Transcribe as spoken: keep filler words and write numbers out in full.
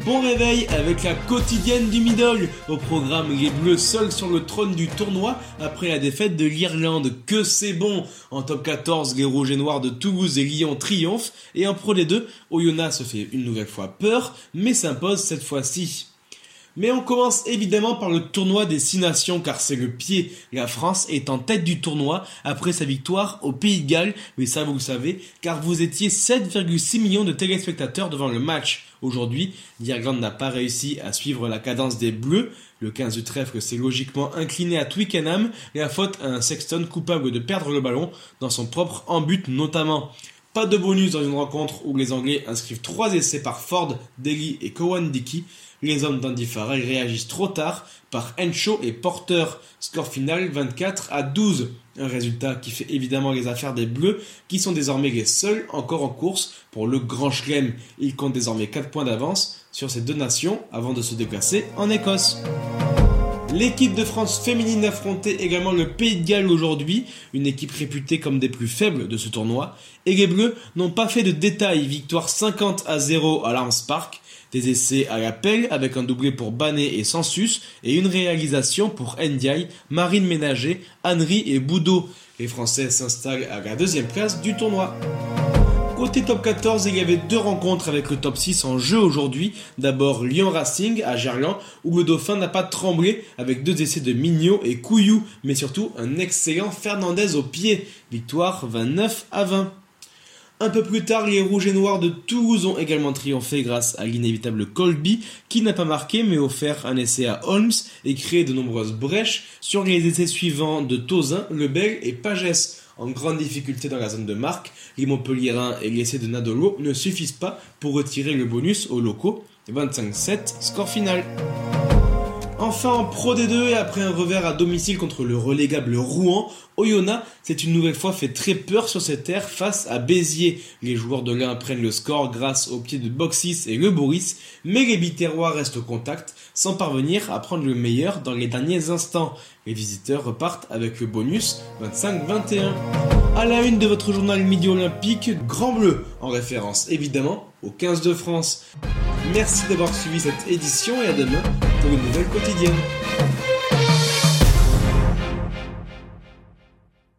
Bon réveil avec la quotidienne du middle. Au programme, les Bleus seuls sur le trône du tournoi après la défaite de l'Irlande. Que c'est bon. En top quatorze, les Rouges et Noirs de Toulouse et Lyon triomphent. Et en Pro D deux, Oyonnax se fait une nouvelle fois peur, mais s'impose cette fois-ci. Mais on commence évidemment par le tournoi des six nations car c'est le pied. La France est en tête du tournoi après sa victoire au Pays de Galles. Mais ça vous le savez car vous étiez sept virgule six millions de téléspectateurs devant le match. Aujourd'hui, l'Irlande n'a pas réussi à suivre la cadence des Bleus. Le quinze du trèfle s'est logiquement incliné à Twickenham et la faute à un Sexton coupable de perdre le ballon dans son propre embut notamment. Pas de bonus dans une rencontre où les Anglais inscrivent trois essais par Ford, Daly et Cowan-Dickey. Les hommes d'Andy Farrell réagissent trop tard par Henshaw et Porter. Score final vingt-quatre à douze. Un résultat qui fait évidemment les affaires des Bleus qui sont désormais les seuls encore en course pour le Grand Chelem. Ils comptent désormais quatre points d'avance sur ces deux nations avant de se déplacer en Écosse. L'équipe de France féminine affrontait également le Pays de Galles aujourd'hui, une équipe réputée comme des plus faibles de ce tournoi, et les Bleus n'ont pas fait de détails, victoire cinquante à zéro à Lance Park, des essais à la pelle avec un doublé pour Banet et Census et une réalisation pour Ndiaye, Marine Ménager, Henry et Boudot. Les Français s'installent à la deuxième place du tournoi. Côté top quatorze, il y avait deux rencontres avec le top six en jeu aujourd'hui. D'abord Lyon Racing à Gerland où le Dauphin n'a pas tremblé avec deux essais de Mignot et Couillou, mais surtout un excellent Fernandez au pied. Victoire vingt-neuf à vingt. Un peu plus tard, les Rouges et Noirs de Toulouse ont également triomphé grâce à l'inévitable Colby qui n'a pas marqué mais offert un essai à Holmes et créé de nombreuses brèches sur les essais suivants de Tauzin, Lebel et Pagès. En grande difficulté dans la zone de marque, les Montpelliérains et l'essai de Nadolo ne suffisent pas pour retirer le bonus aux locaux. vingt-cinq sept, score final. Enfin en Pro D deux et après un revers à domicile contre le relégable Rouen, Oyonnax s'est une nouvelle fois fait très peur sur ses terres face à Béziers. Les joueurs de l'Ain prennent le score grâce aux pieds de Boxis et Le Boris, mais les Biterrois restent au contact sans parvenir à prendre le meilleur dans les derniers instants. Les visiteurs repartent avec le bonus vingt-cinq vingt et un. À la une de votre journal Midi Olympique, Grand Bleu, en référence évidemment au quinze de France. Merci d'avoir suivi cette édition et à demain pour une nouvelle quotidienne.